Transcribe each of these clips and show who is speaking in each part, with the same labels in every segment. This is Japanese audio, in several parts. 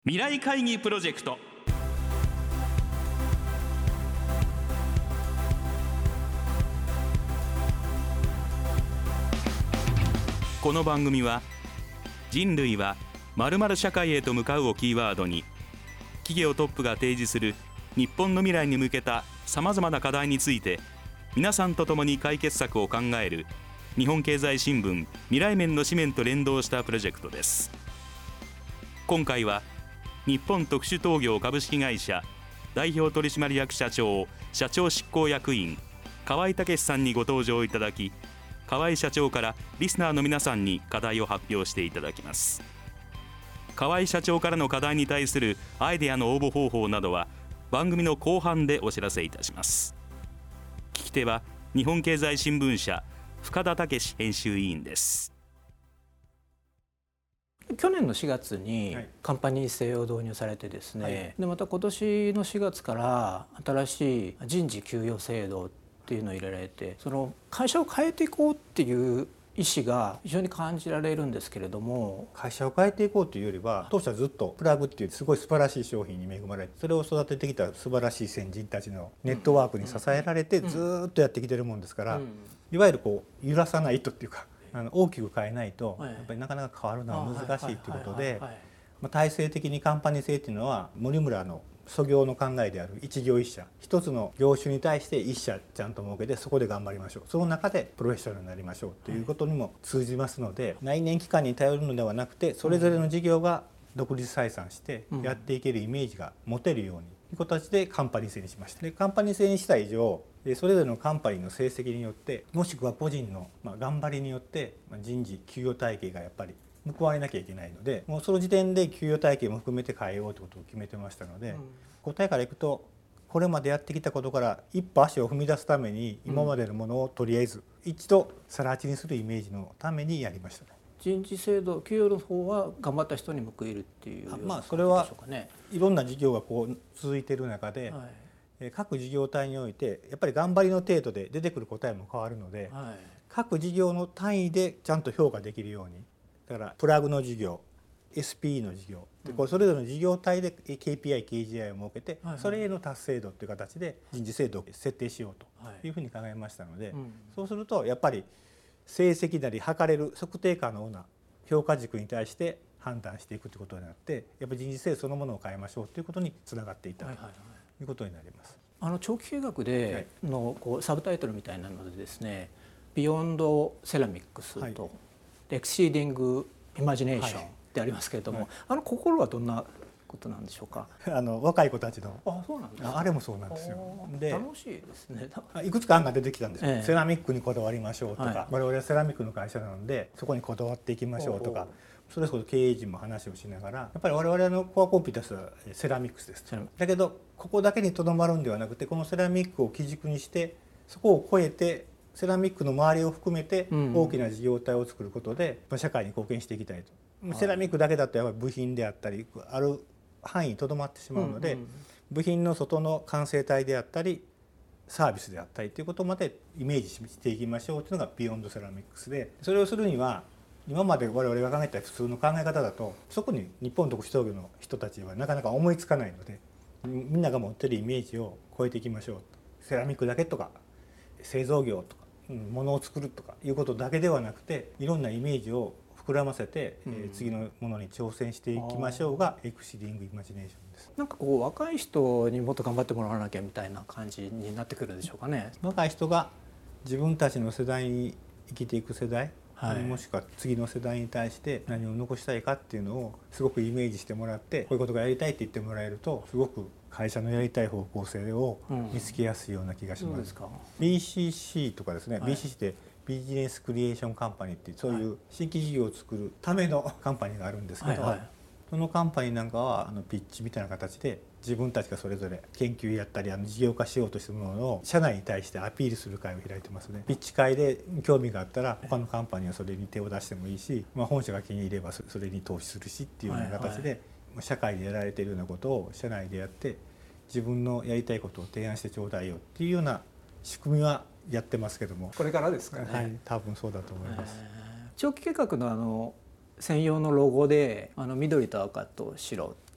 Speaker 1: 未来会議プロジェクト。この番組は人類は〇〇社会へと向かうをキーワードに、企業トップが提示する日本の未来に向けたさまざまな課題について皆さんと共に解決策を考える日本経済新聞未来面の紙面と連動したプロジェクトです。今回は日本特殊陶業株式会社代表取締役社長社長執行役員河合武さんにご登場いただき、河合社長からリスナーの皆さんに課題を発表していただきます。河合社長からの課題に対するアイデアの応募方法などは番組の後半でお知らせいたします。聞き手は日本経済新聞社深田武編集委員です。
Speaker 2: 去年の4月にカンパニー制を導入されてですね、でまた今年の4月から新しい人事給与制度っていうのを入れられて、その会社を変えていこうっていう意思が非常に感じられるんですけれども、
Speaker 3: 会社を変えていこうというよりは、当社ずっとプラグっていうすごい素晴らしい商品に恵まれて、それを育ててきた素晴らしい先人たちのネットワークに支えられてずっとやってきてるもんですから、いわゆるこう揺らさないとっていうか、大きく変えないとやっぱりなかなか変わるのは難しいということで、体制的にカンパニー制っていうのは森村の創業の考えである一業一社、一つの業種に対して一社ちゃんと設けて、そこで頑張りましょう、その中でプロフェッショナルになりましょうということにも通じますので、内燃機関に頼るのではなくて、それぞれの事業が独立採算してやっていけるイメージが持てるようにという形でカンパニー制にしました。でカンパニー制にした以上、それぞれのカンパニーの成績によって、もしくは個人の頑張りによって人事給与体系がやっぱり報われなきゃいけないので、もうその時点で給与体系も含めて変えようということを決めてましたので、答えからいくと、これまでやってきたことから一歩足を踏み出すために、今までのものをとりあえず一度更地にするイメージのためにやりましたね。
Speaker 2: 人事制度給与の方は頑張った人に報いるっていうような、
Speaker 3: それはいろんな事業がこう続いている中で、各事業体においてやっぱり頑張りの程度で出てくる答えも変わるので、各事業の単位でちゃんと評価できるように、だからプラグの事業、 SPE の事業で、これそれぞれの事業体で KPI、KGI を設けて、それへの達成度という形で人事制度を設定しようというふうに考えましたので、そうするとやっぱり成績なり測れる測定可能な評価軸に対して判断していくということになって、やっぱり人事制度そのものを変えましょうということにつながっていったということになります。
Speaker 2: 長期計画でのこうサブタイトルみたいなのでですね、ビヨンドセラミックスとエクシーディングイマジネーションってありますけれども、心はどんなことなんでしょうか。
Speaker 3: 若い子たちの
Speaker 2: そうなんです、
Speaker 3: あれもそうなんですよ。
Speaker 2: で楽しいですね。
Speaker 3: いくつか案が出てきたんですよ。セラミックにこだわりましょうとか、我々はセラミックの会社なのでそこにこだわっていきましょうとか、それこそ経営陣も話をしながら、やっぱり我々のコアコンピタンスはセラミックスです。だけどここだけにとどまるんではなくて、このセラミックを基軸にしてそこを超えてセラミックの周りを含めて大きな事業体を作ることで社会に貢献していきたいと。セラミックだけだとやっぱり部品であったりある範囲にとどまってしまうので、部品の外の完成体であったりサービスであったりということまでイメージしていきましょうというのがビヨンドセラミックスで、それをするには今まで我々が考えた普通の考え方だと、そこに日本特殊陶業の人たちはなかなか思いつかないので、みんなが持ってるイメージを超えていきましょうと。セラミックだけとか製造業とか物を作るとかいうことだけではなくて、いろんなイメージを膨らませて、次のものに挑戦していきましょうがエクシディングイマジネーションです。
Speaker 2: なんかこう若い人にもっと頑張ってもらわなきゃみたいな感じになってくるんでしょうかね。
Speaker 3: 若い人が自分たちの世代に生きていく世代、もしくは次の世代に対して何を残したいかっていうのをすごくイメージしてもらって、こういうことがやりたいって言ってもらえると、すごく会社のやりたい方向性を見つけやすいような気がします。BCC とかですね、BCC ってビジネスクリエーションカンパニーっていう、そういう新規事業を作るためのカンパニーがあるんですけど、そのカンパニーなんかはピッチみたいな形で自分たちがそれぞれ研究やったり事業化しようとしたものを社内に対してアピールする会を開いてますね。ピッチ会で興味があったら他のカンパニーはそれに手を出してもいいし、本社が気に入ればそれに投資するしっていうような形で、社会でやられているようなことを社内でやって自分のやりたいことを提案してちょうだいよっていうような仕組みはやってますけども、
Speaker 2: これからですかね。
Speaker 3: 多分そうだと思います。
Speaker 2: 長期計画の専用のロゴで緑と赤と白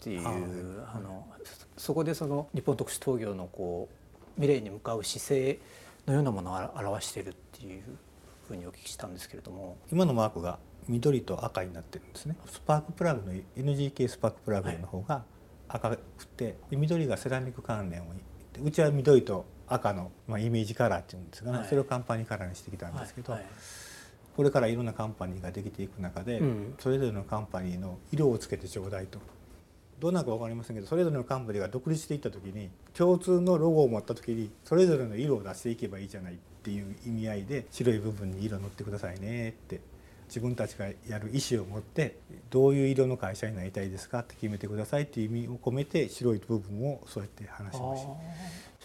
Speaker 2: っていう、そこでその日本特殊陶業のこう未来に向かう姿勢のようなものを表しているっていうふうにお聞きしたんですけれども、
Speaker 3: 今のマークが緑と赤になってるんですね。スパークプラグの NGK スパークプラグの方が赤くて、緑がセラミック関連をうちは緑と赤の、イメージカラーっていうんですが、それをカンパニーカラーにしてきたんですけど、これからいろんなカンパニーができていく中で、それぞれのカンパニーの色をつけてちょうだいと。どうなるか分かりませんけど、それぞれのカンパニーが独立していった時に共通のロゴを持った時にそれぞれの色を出していけばいいじゃないっていう意味合いで、白い部分に色塗ってくださいねって自分たちがやる意思を持って、どういう色の会社になりたいですかって決めてくださいっていう意味を込めて白い部分をそうやって話しました。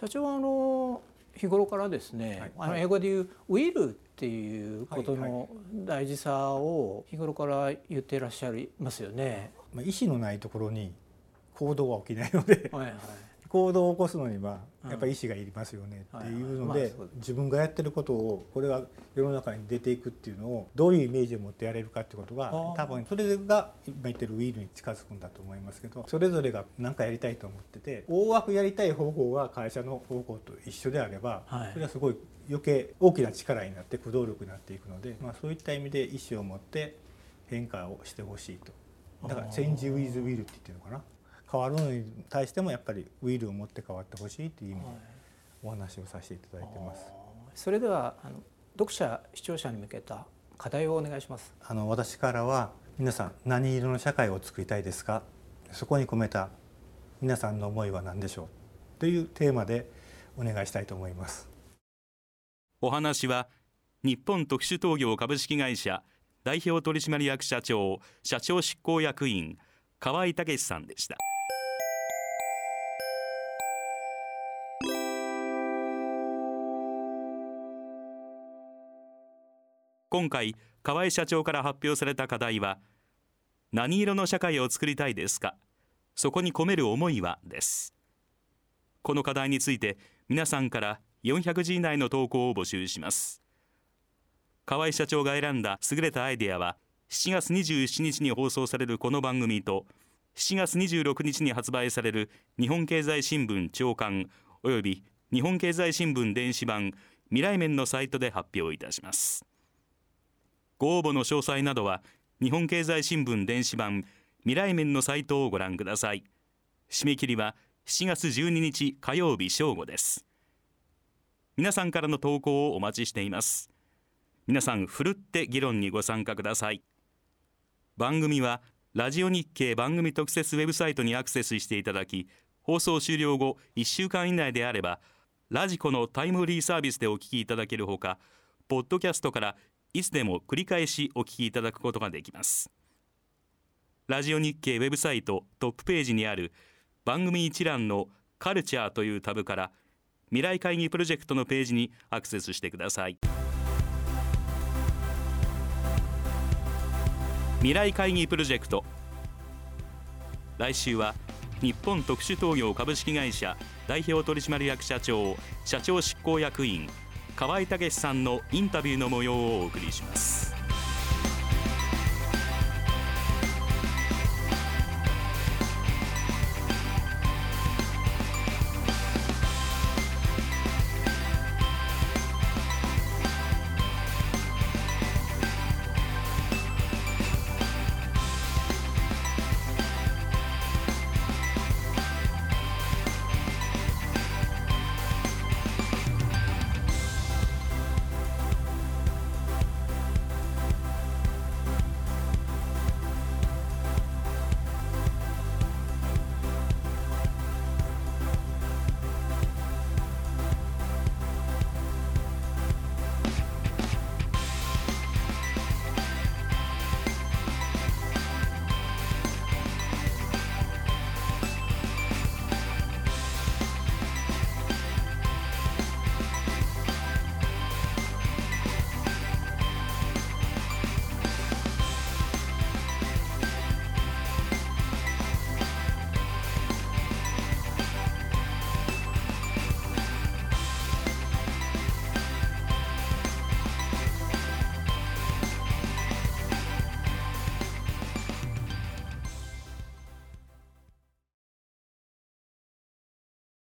Speaker 2: 社長は日頃からですね、英語で言うウィルっていうことの大事さを日頃から言っていらっしゃいますよね。
Speaker 3: 意思のないところに行動は起きないので、行動を起こすのにはやっぱり意思がいりますよねっていうので、自分がやってることをこれが世の中に出ていくっていうのをどういうイメージを持ってやれるかっていうことが、多分それが今言ってるウィールに近づくんだと思いますけど、それぞれが何かやりたいと思ってて、大枠やりたい方向が会社の方向と一緒であれば、それはすごい余計大きな力になって駆動力になっていくので、そういった意味で意思を持って変化をしてほしいと。だからチェンジウィズウィルって言ってるのかな。変わるのに対してもやっぱりウィルを持って変わってほしいという意味でお話をさせていただいてます。
Speaker 2: それでは読者視聴者に向けた課題をお願いします。
Speaker 3: 私からは、皆さん何色の社会を作りたいですか、そこに込めた皆さんの思いは何でしょうというテーマでお願いしたいと思います。
Speaker 1: お話は日本特殊陶業株式会社代表取締役社長社長執行役員河合武さんでした。今回河合社長から発表された課題は、何色の社会を作りたいですか、そこに込める思いはです。この課題について皆さんから400字以内の投稿を募集します。河合社長が選んだ優れたアイデアは、7月27日に放送されるこの番組と7月26日に発売される日本経済新聞朝刊および日本経済新聞電子版未来面のサイトで発表いたします。ご応募の詳細などは日本経済新聞電子版未来面のサイトをご覧ください。締め切りは7月12日火曜日正午です。皆さんからの投稿をお待ちしています。皆さんふるって議論にご参加ください。番組はラジオ日経番組特設ウェブサイトにアクセスしていただき、放送終了後1週間以内であればラジコのタイムフリーサービスでお聞きいただけるほか、ポッドキャストからいつでも繰り返しお聞きいただくことができます。ラジオ日経ウェブサイトトップページにある番組一覧のカルチャーというタブから未来会議プロジェクトのページにアクセスしてください。未来会議プロジェクト、来週は日本特殊陶業株式会社代表取締役社長社長執行役員河合武さんのインタビューの模様をお送りします。